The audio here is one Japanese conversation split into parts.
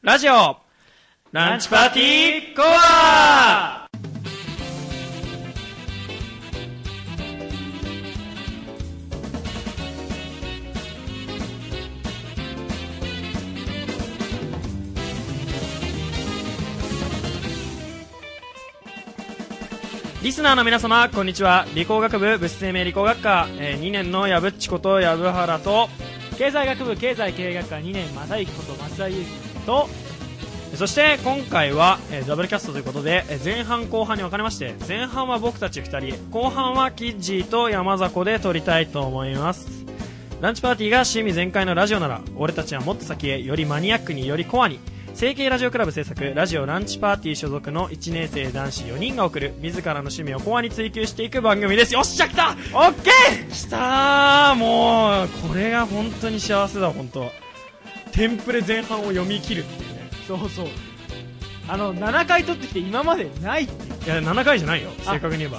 ラジオランチパーティーコア。リスナーの皆様こんにちは。理工学部物質生命理工学科、2年のやぶっちことやぶはらと、 経済学部経済経営学科2年正幸こと増田祐樹と、 そして今回は、ダブルキャストということで、前半後半に分かれまして、前半は僕たち2人、後半はキッジーと山迫で撮りたいと思います。ランチパーティーが趣味全開のラジオなら、俺たちはもっと先へ、よりマニアックによりコアに、成形ラジオクラブ制作ラジオランチパーティー所属の1年生男子4人が送る自らの趣味をコアに追求していく番組です。よっしゃ来た、オッケー来たー。もうこれが本当に幸せだ。本当テンプレ前半を読み切るっていうね。 そうそう、7回撮ってきて今までないっていう。 いや7回じゃないよ、正確に言えば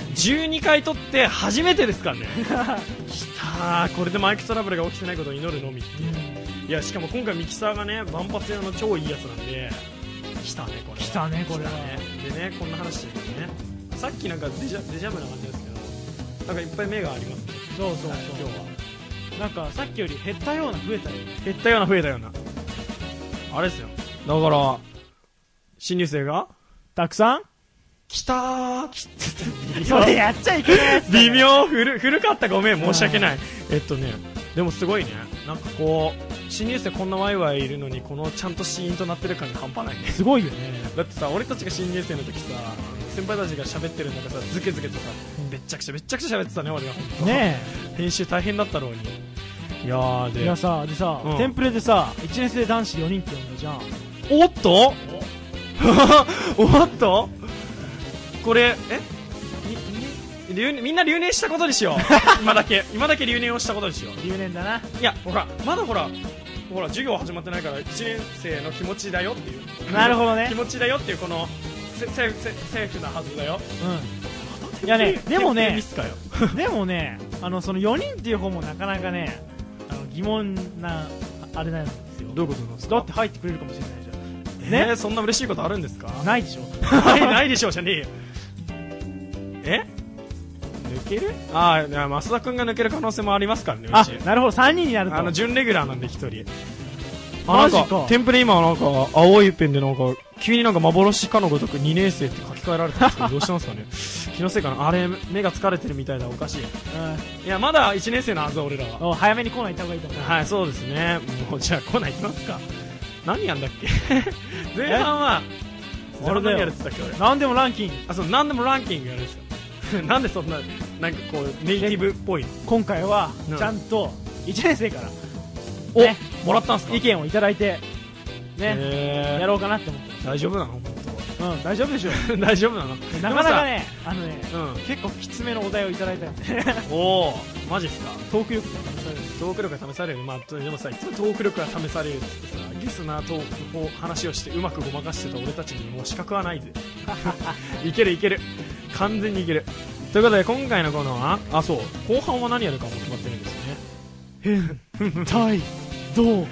12回撮って初めてですからね来たー。これでマイクトラブルが起きてないことを祈るのみっていう、いやしかも今回ミキサーがね万発用の超いいやつなんで来たねこれは。 来たねこれは。 でねこんな話してるけどね、さっきなんかデジャブな感じですけど、なんかいっぱい目がありますね。 そうそうそう、 はい、今日はなんかさっきより減ったような増えたよ、 減ったような増えたようなあれですよ。だから新入生がたくさん来たー。 それやっちゃいけないやつだ、ね、 微妙古かった、ごめん申し訳ない。でもすごいね、なんかこう新入生こんなワイワイいるのにこのちゃんとシーンとなってる感が半端ないね。 すごいよね。 だってさ、俺たちが新入生の時さ、先輩たちが喋ってる中さ、ズケズケとさ、めっちゃくちゃ喋ってたね俺が。本当ねえ編集大変だったろうに。いやーで、 いやさ、でさ、テンプレでさ1年生男子4人って呼んだじゃん。 おっとおっとこれみんな留年したことにしよう今だけ留年をしたことにしよう。 留年だな。 いやまだほら授業始まってないから1年生の気持ちだよっていう。 なるほどね。 気持ちだよっていうこのセーフなはずだよ。 いやね、でもねミスかよでもね、その4人っていう方もなかなかね、疑問なあれなんですよ。 どういうことなんですか。 だって入ってくれるかもしれないじゃんね。 そんな嬉しいことあるんですか。 ないでしょないでしょじゃねえよ。抜ける。増田君が抜ける可能性もありますからね。 あ、なるほど、3人になると。 準レギュラーなんで1人。 マジか。 テンプレ今なんか青いペンでなんか急になんか幻かのごとく2年生って書き換えられてるんですけどどうしてますかね気のせいかな。あれ目が疲れてるみたいだ。おかしい。いやまだ1年生のはず俺らは。 早めにコーナー行った方がいいと思う。 はい、そうですね。もうじゃあコーナー行きますか。何やんだっけ前半は俺だよ。 何やるって言ったっけ俺。 何でもランキング。 そう、何でもランキングやるんですよなんでそんななんかこうネイティブっぽい。 今回はちゃんと1年生からねもらったんすか。 意見をいただいてね、やろうかなって思って。 大丈夫なの。 うん、大丈夫でしょ大丈夫なの。 なかなかね、結構きつめのお題をいただいたんでおお、マジっすか。 トーク力が試される。 トーク力が試される。まあでもさ、いつもトーク力が試されるってさ、ゲスなトークを話をしてうまくごまかしてた俺たちにもう資格はないぜいける完全にいける。ということで今回のコーナーはそう後半は何やるかも決まってるんですよね。 変態どう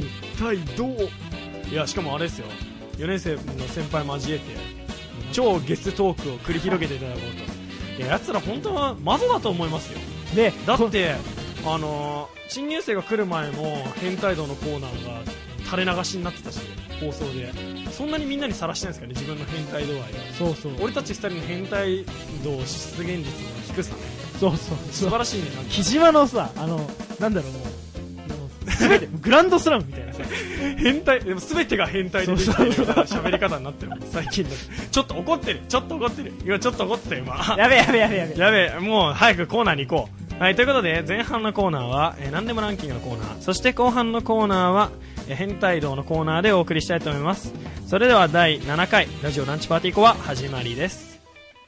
いやしかもあれですよ、4年生の先輩交えて超ゲストークを繰り広げていただこうと。いや奴ら本当はマゾだと思いますよ。 でだって新入生が来る前も変態道のコーナーが垂れ流しになってたし、放送でそんなにみんなにさらしてないんですかね、自分の変態度合い。 そうそう、 俺たち2人の変態度出現率の低さね。 そう素晴らしいね。 木島のさ、なんだろう、もう全てグランドスラムみたいなさ変態でも全てが変態でできてるみたいな喋り方になってる最近だと。ちょっと怒ってる今ちょっと怒ってた今やべえもう早くコーナーに行こう。はい、ということで前半のコーナーは、何でもランキングのコーナー、そして後半のコーナーは、変態道のコーナーでお送りしたいと思います。それでは第7回ラジオランチパーティーコア始まりです。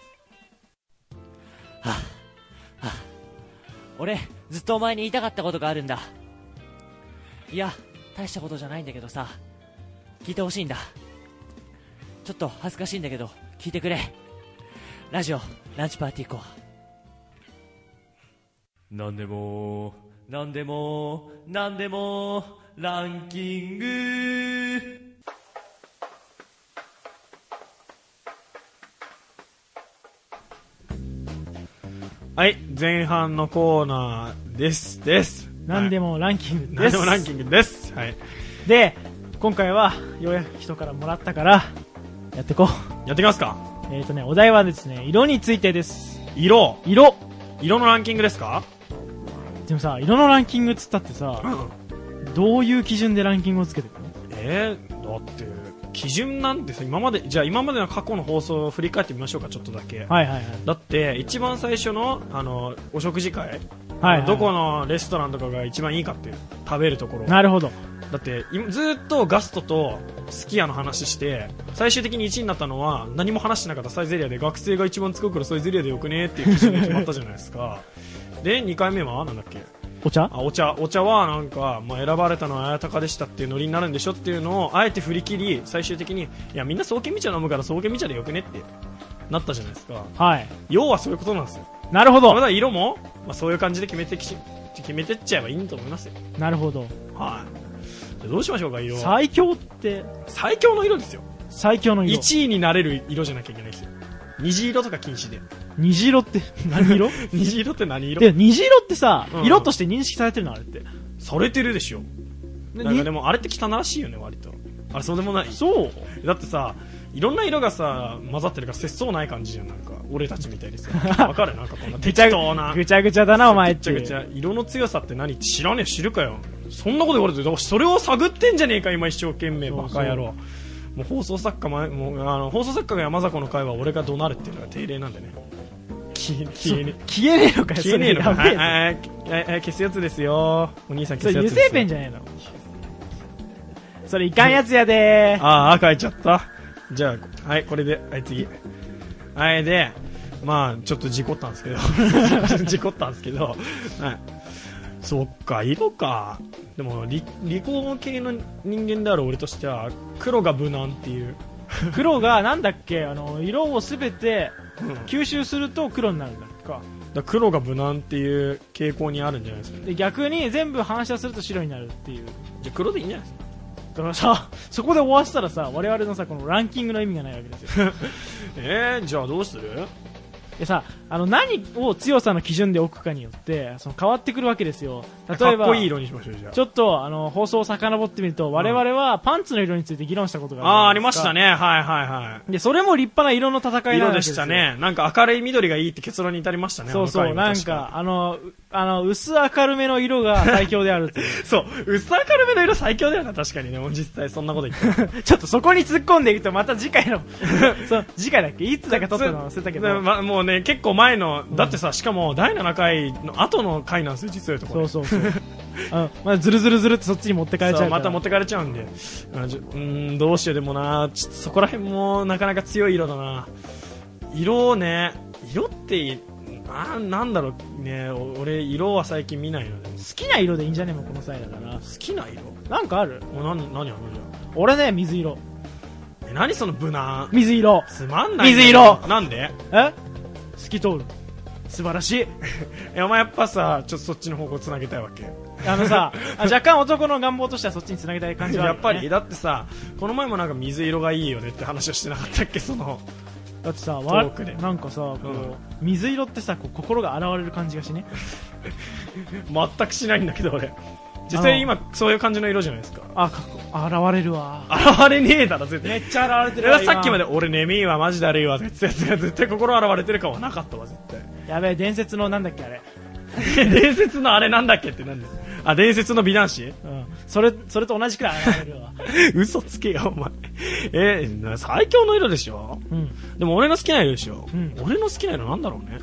俺ずっとお前に言いたかったことがあるんだ。いや大したことじゃないんだけどさ、聞いてほしいんだ。ちょっと恥ずかしいんだけど聞いてくれ。ラジオランチパーティーコア。なんでもランキング。 はい、前半のコーナーです。 何でもランキングです。 何でもランキングです。はい。 で、今回はようやく人からもらったから、やってこう。 やってきますか。 お題はですね、色についてです。 色のランキングですか？ でもさ、色のランキングっつったってさ、どういう基準でランキングをつけてくの？ だって、基準なんてさ、今までの過去の放送を振り返ってみましょうか、ちょっとだけ。 はいはいはい。 だって、一番最初の、お食事会、 はいはい、 どこのレストランとかが一番いいかっていう、食べるところ。 なるほど。 だって、ずっとガストとすき家の話して、最終的に1位になったのは、何も話してなかったサイゼリアで、学生が一番作るからサイゼリアでよくねっていう基準で決まったじゃないですか。で、2回目はなんだっけ？ お茶はなんか、選ばれたのは綾鷹でしたっていうノリになるんでしょっていうのをあえて振り切り、最終的にいやみんな爽健美茶飲むから爽健美茶でよくねってなったじゃないですか。 はい。 要はそういうことなんですよ。 なるほど。 まだ色も、そういう感じで決めてっちゃえばいいと思いますよ。 なるほど。 はい。じゃどうしましょうか、色。 最強って最強の色ですよ。 最強の色。 1位になれる色じゃなきゃいけないですよ。虹色とか禁止で。 虹色って何色？ 虹色って何色？ で、虹色ってさ、色として認識されてるのあれって。 されてるでしょ。なんかでもあれって汚らしいよね、割と。あれそうでもない。 そうだってさ、いろんな色がさ、混ざってるから節操ない感じじゃん、なんか。俺たちみたいにさ。わかる？なんかこんな適当な。 ぐちゃぐちゃだな、お前って。 ぐちゃぐちゃ。色の強さって何って知らねえ、知るかよ。そんなこと言われて、それを探ってんじゃねえか、今一生懸命、バカ野郎。もう放送作家が山里の会は俺が怒鳴るっていうのが定例なんでね。消えねえのかよ。 消えねえのか。消すやつですよ。お兄さん消すやつですよ。 それ油性ペンじゃねえの。それいかんやつやでー。 書いちゃった。じゃあ、はい、これで、はい、次。はい、で、ちょっと事故ったんですけど、はい。そっか、色か。でも、理工系の人間である俺としては、黒が無難っていう。 黒が、なんだっけ、色をすべて吸収すると黒になるんだっけか。 黒が無難っていう傾向にあるんじゃないですかね。 で、逆に全部反射すると白になるっていう。 じゃあ黒でいいんじゃないですか。 だからさ、そこで終わったらさ、我々のさ、このランキングの意味がないわけですよ。 じゃあどうする？ でさ、何を強さの基準で置くかによって、変わってくるわけですよ。例えば、 かっこいい色にしましょう、じゃあ。 ちょっと、放送を遡ってみると、我々はパンツの色について議論したことがありましたね。はいはいはい。 で、それも立派な色の戦いなん色でしたね。なんか明るい緑がいいって結論に至りましたね。 そうそう、なんか、薄明るめの色が最強であるという。 そう、薄明るめの色最強だよな、確かにね。もう実際そんなこと言って。 ちょっとそこに突っ込んでいくと、また次回の、次回だっけいつだか撮ったの忘れたけど。 もうね、結構前の、だってさ、しかも第7回の後の回なんですよ、実はところ。 そう。ずるずるってそっちに持ってかれちゃうから。 また持ってかれちゃうんで。どうしよう、でもな、ちょっとそこら辺もなかなか強い色だな。色ってなんだろうね。俺色は最近見ないので。 好きな色でいいんじゃねえもんこの際だから。 好きな色なんかある？ 何あるのじゃ。 俺ね、水色。 何その無難。 水色。 つまんない。 水色。 なんで？ 透き通る。素晴らしい。 お前やっぱさ、ちょっとそっちの方向つなげたいわけ。 若干男の願望としてはそっちにつなげたい感じはある、ね、 やっぱりだってさ、この前もなんか水色がいいよねって話をしてなかったっけ、 だってさ、なんかさ、水色ってさ、心が洗われる感じがしね。 全くしないんだけど俺。実際今そういう感じの色じゃないですか。 洗われるわ。 洗われねえだろ絶対。 めっちゃ洗われてるわ。 さっきまで俺眠いわマジだるいわって言ってたやつが絶対心洗われてる感はなかったわ絶対。 やべえ、伝説のなんだっけあれ。 伝説のあれなんだっけってなんだよ。伝説の美男子？ それと同じくらい洗われるわ。 嘘つけよお前。最強の色でしょ。でも俺の好きな色でしょ。俺の好きな色なんだろうね。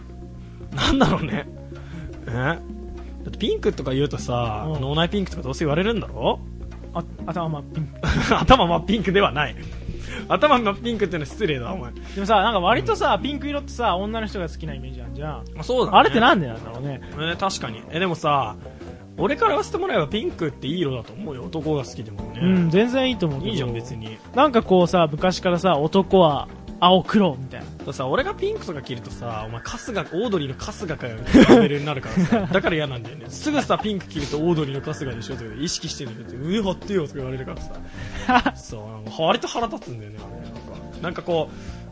だってピンクとか言うとさ、脳内ピンクとかどうせ言われるんだろ。 頭真っピンク。 頭真っピンクではない。頭真っピンクってのは失礼だお前。 でもさ、なんか割とさ、ピンク色ってさ、女の人が好きなイメージあるじゃん。 そうだね。 あれってなんでなんだろうね。 確かに。でもさ、俺から言わせてもらえばピンクっていい色だと思うよ。男が好きでもね。 全然いいと思う。 いいじゃん別に。 なんかこうさ、昔からさ、男は青黒みたいな。 さ、俺がピンクとか着るとさ、お前オードリーの春日かよみたいなレベルになるからさ、だから嫌なんだよね。すぐさ、ピンク着るとオードリーの春日でしょとか意識してるんだけど、上張ってよとか言われるからさ。そう、割と腹立つんだよね、あれ。なんかこ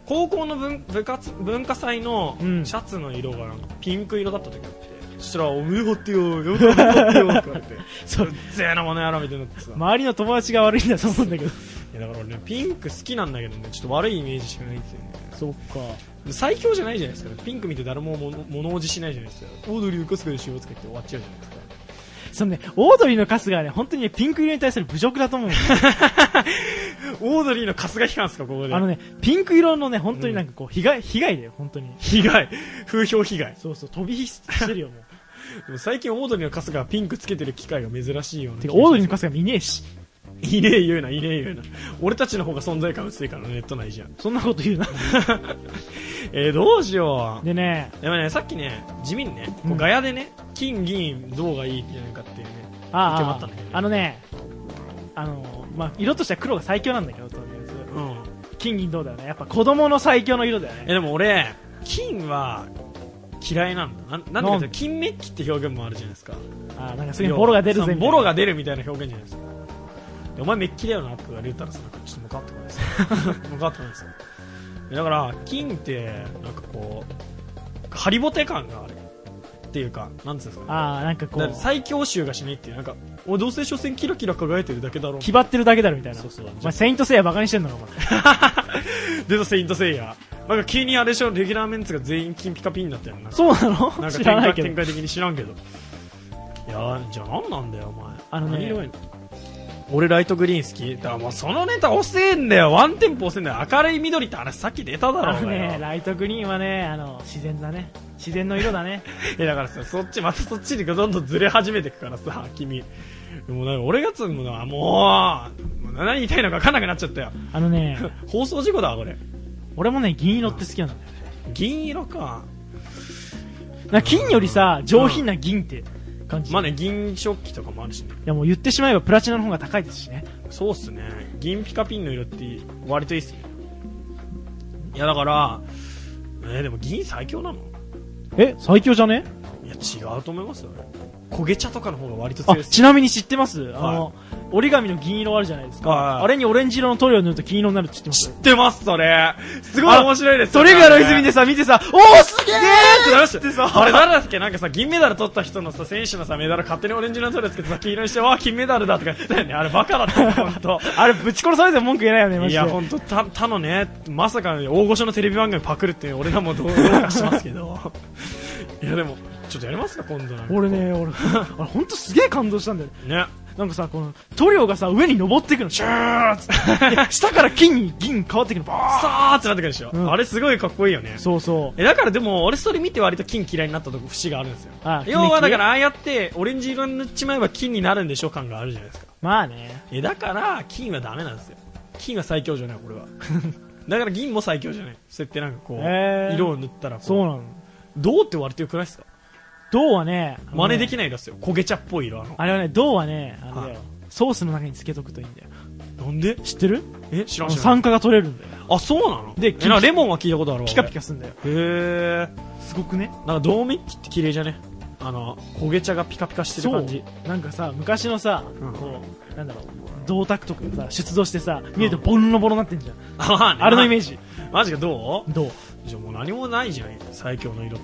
高校の文化祭のうんシャツの色がなんかピンク色だった時があって、そしたらおめえ張ってよやめてよって言われてそうぜえなものやらみたいになってさ、 周りの友達が悪いんだと思うんだけど。 いやだから俺ねピンク好きなんだけどね、ちょっと悪いイメージしかないんですよね。 そっか。 最強じゃないじゃないですか。ピンク見て誰も物おじしないじゃないですか。オードリーの春日でしようつけて終わっちゃうじゃないですか。 そのね、オードリーの春日はね、本当にね、ピンク色に対する侮辱だと思う。 オードリーの春日批判ですか、ここで。 ピンク色のね、本当になんかこう、被害だよ、本当に。 被害。風評被害。 そうそう、飛び火してるよ、もう。 でも最近オードリーの春日はピンクつけてる機会が珍しいような。 てか、オードリーの春日見ねえし。 いねえ言うな、いねえ言うな。俺たちの方が存在感薄いからネットないじゃん。 そんなこと言うな。 どうしよう。 でね、 でもね、さっきね、地味にね、こうガヤでね、金、銀、銅がいいんじゃないかっていうね、意見もあったんだけど。 まあ、色としては黒が最強なんだけど、とりあえず。 うん。 金銀銅だよね。やっぱ子供の最強の色だよね。 でも俺、金は嫌いなんだ。なんでかっていうと金メッキって表現もあるじゃないですか。 なんかすげえボロが出るぜみたいな。 ボロが出るみたいな表現じゃないですか。でお前メッキだよなって言われたらさ、なんかちょっと向かってこないですよ。向かってこないですよ。だから、金って、なんかこう、ハリボテ感がある。っていうか、なんつうんですか。 なんかこう。 最強臭がしないっていう、なんか、どうせ所詮キラキラ輝いてるだけだろう。 気張ってるだけだろみたいな。 そうそう。 お前、セイントセイヤバカにしてんのか、お前。 出たセイントセイヤ。なんか急にあれでしょ、レギュラーメンツが全員金ピカピンになったよな。 そうなのなんか知らないけど。 展開的に知らんけど。いやじゃあ何なんだよ、お前。何色がいいの？俺ライトグリーン好きだからもうそのネタ遅えんだよ。ワンテンポ遅えんだよ。明るい緑ってあれさっき出ただろうね。 ライトグリーンはね、自然だね。自然の色だね。 だからさ、またそっちにどんどんずれ始めていくからさ、君。もうなんか俺がつむのはもう何言いたいのか分かんなくなっちゃったよ。放送事故だわ、これ。 俺もね、銀色って好きなんだよね。 銀色か。 金よりさ、上品な銀って感じ。 まあね、銀食器とかもあるしね。 いやもう言ってしまえばプラチナの方が高いですしね。 そうっすね。銀ピカピンの色って割といいっすよ。いやだから、でも銀最強なの？ 最強じゃね？ いや違うと思いますよ。焦げ茶とかの方が割と強いです。 ちなみに知ってます？折り紙の銀色あるじゃないですか。あれにオレンジ色の塗料を塗ると金色になるって知ってます？ 知ってます、それ。すごい面白いです。 トリガーの泉でさ、見てさ、おーすげーってなってさ、 あれ誰だっけ？なんかさ、銀メダル取った人のさ、選手のさ、メダル勝手にオレンジ色の塗料つけてさ、黄色にして、わー金メダルだとか言ってたよね。あれバカだったよ、ほんと。 あれぶち殺されても文句言えないよね、マジで。 いや、ほんと、他のね、まさか大御所のテレビ番組パクるって俺らもどうかしますけど。いやでも、ちょっとやりますか、今度なんか。 俺ほんとすげえ感動したんだよね。 なんかさ、この塗料がさ、上に登っていくの、シューッつって下から金に銀変わっていくの、バーさーってなってくるでしょ。あれすごいかっこいいよね。 そうそう。 だからでも、俺それ見て割と金嫌いになったとこ節があるんですよ。要はだからああやってオレンジ色に塗っちまえば金になるんでしょ感があるじゃないですか。 まあね。 だから金はダメなんですよ。金は最強じゃない、これは。だから銀も最強じゃない。そうやってなんかこう、色を塗ったらそうなの。 銅って割と良くないですか？ 銅はね、 真似できないですよ。焦げ茶っぽい色。 あれはね、銅はね、ソースの中につけとくといいんだよ。 なんで？ 知ってる？ 知らん。 酸化が取れるんだよ。 あ、そうなの？ で、 レモンは聞いたことあるわ。 ピカピカすんだよ。 へー。すごくね。 なんか銅メッキって綺麗じゃね？焦げ茶がピカピカしてる感じ。 なんかさ、昔のさ、こう、なんだろう、銅鐸とかさ、出土してさ、見るとボロボロになってんじゃん。あれのイメージ。 マジか、銅？ じゃあもう何もないじゃん、最強の色って。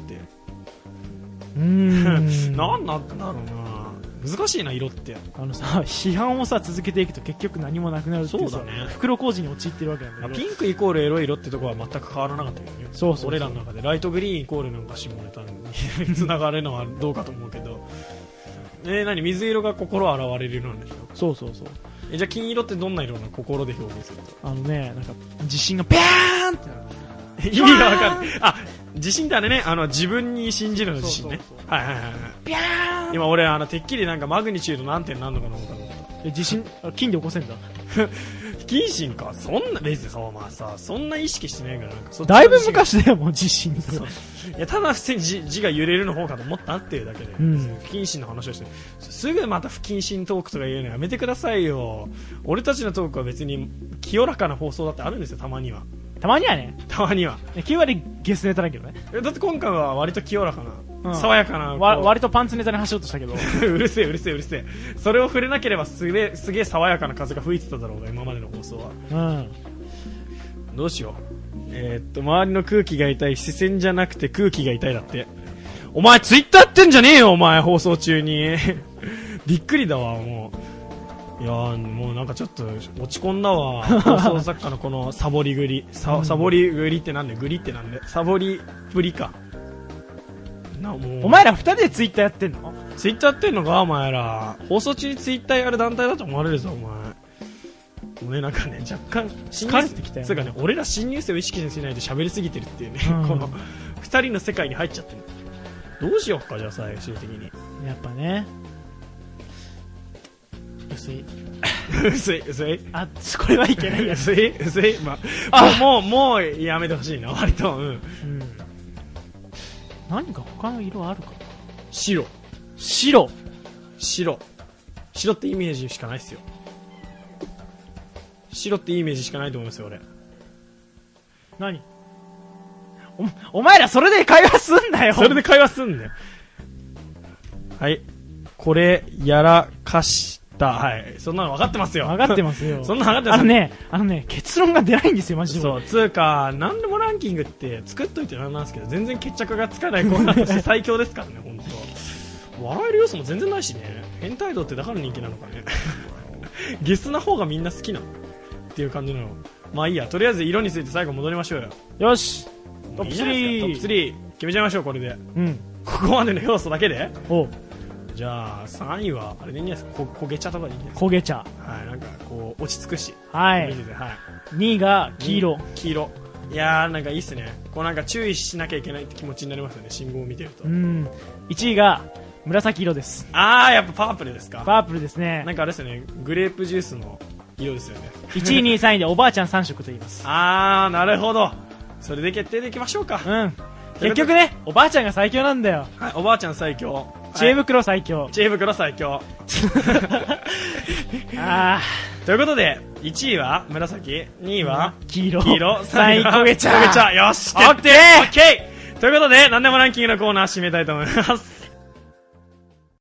何なんだろうな。難しいな、色って。 批判をさ、続けていくと結局何もなくなるっていう。 そうだね。 袋小路に陥ってるわけなんだけど。 ピンクイコールエロい色ってとこは全く変わらなかったけどね。 そう。 俺らの中で。ライトグリーンイコールなんか下ネタに繋がるのはどうかと思うけど。何？水色が心を洗われる色なんでしょ？ そう。 じゃあ金色ってどんな色なの？心で表現すると。 なんか、地震がビャーンってなる。 意味がわかんない。地震ってあれね、自分に信じるの地震ね。はい。 ビャーン。 今俺、てっきりなんかマグニチュード何点なんのかなと思った。 地震、金で起こせんだ。 不謹慎か。そんな、別にそう、まあさ、そんな意識してないから、なんかそっち。 だいぶ昔だよ、もう地震。 いや、ただ普通に字が揺れるの方かと思ったっていうだけで。不謹慎の話をして。すぐまた不謹慎トークとか言うのやめてくださいよ。俺たちのトークは別に清らかな放送だってあるんですよ、たまには。 たまにはね。 たまには。 9割ゲスネタだけどね。 だって今回は割と清らかな、爽やかな。 割とパンツネタに走ろうとしたけど。 うるせえ。それを触れなければすげえ爽やかな風が吹いてただろうが、今までの放送は。どうしよ周りの空気が痛い、視線じゃなくて空気が痛いだって。お前ツイッターやってんじゃねえよお前、放送中に。びっくりだわ、もう。いやー、もうなんかちょっと落ち込んだわ。放送作家のこのサボりぐり。サボりぐりってなんで、ぐりってなんで、サボりぶりか。もうお前ら二人でツイッターやってんの？ ツイッターやってんのかお前ら。放送中にツイッターやる団体だと思われるぞお前。もうね、なんかね、若干疲れてきたよね。 つうかね、俺ら新入生を意識しないで喋りすぎてるっていうね、この二人の世界に入っちゃってる。どうしよっか、じゃあ最終的に。 やっぱね、薄い。 薄いあ、これはいけないやつ。 薄いまあ、もうやめてほしいな、割と。 何か他の色あるか？ 白ってイメージしかないっすよ。白ってイメージしかないと思いますよ、俺。 何？お前らそれで会話すんなよ。 それで会話すんだよ。はい。これ、やらかした。はい。そんなの分かってますよ。 分かってますよ。 そんなの分かってます。 あのね、結論が出ないんですよ、マジで。 そう、つうか、なんでもランキングって作っといてなんなんですけど、全然決着がつかないコーナーとして最強ですからね、ほんと。笑える要素も全然ないしね。変態度ってだから人気なのかね。ゲスな方がみんな好きなのっていう感じなの。まあいいや、とりあえず色について最後戻りましょうよ。 よし、トップ3。 トップ3決めちゃいましょう、これで。ここまでの要素だけで。じゃあ3位はあれでいいんじゃないですか。焦げ茶とかでいいんじゃないですか。 焦げ茶。 はい、なんかこう落ち着くし。 はい。2位が黄色。 いやー、なんかいいっすね。こうなんか注意しなきゃいけないって気持ちになりますよね、信号を見てると。 1位が紫色です。 やっぱパープルですか。 パープルですね。 なんかあれですよね、グレープジュースの色ですよね。 1位、2位、3位でおばあちゃん3色と言います。 なるほど。それで決定でいきましょうか。 結局ね、おばあちゃんが最強なんだよ。 はい、おばあちゃん最強。 知恵袋最強。 知恵袋最強。ということで、1位は紫、2位は黄色、 3位焦げ茶。 よし、決定。オッケー。ということで、なんでもランキングのコーナー締めたいと思います。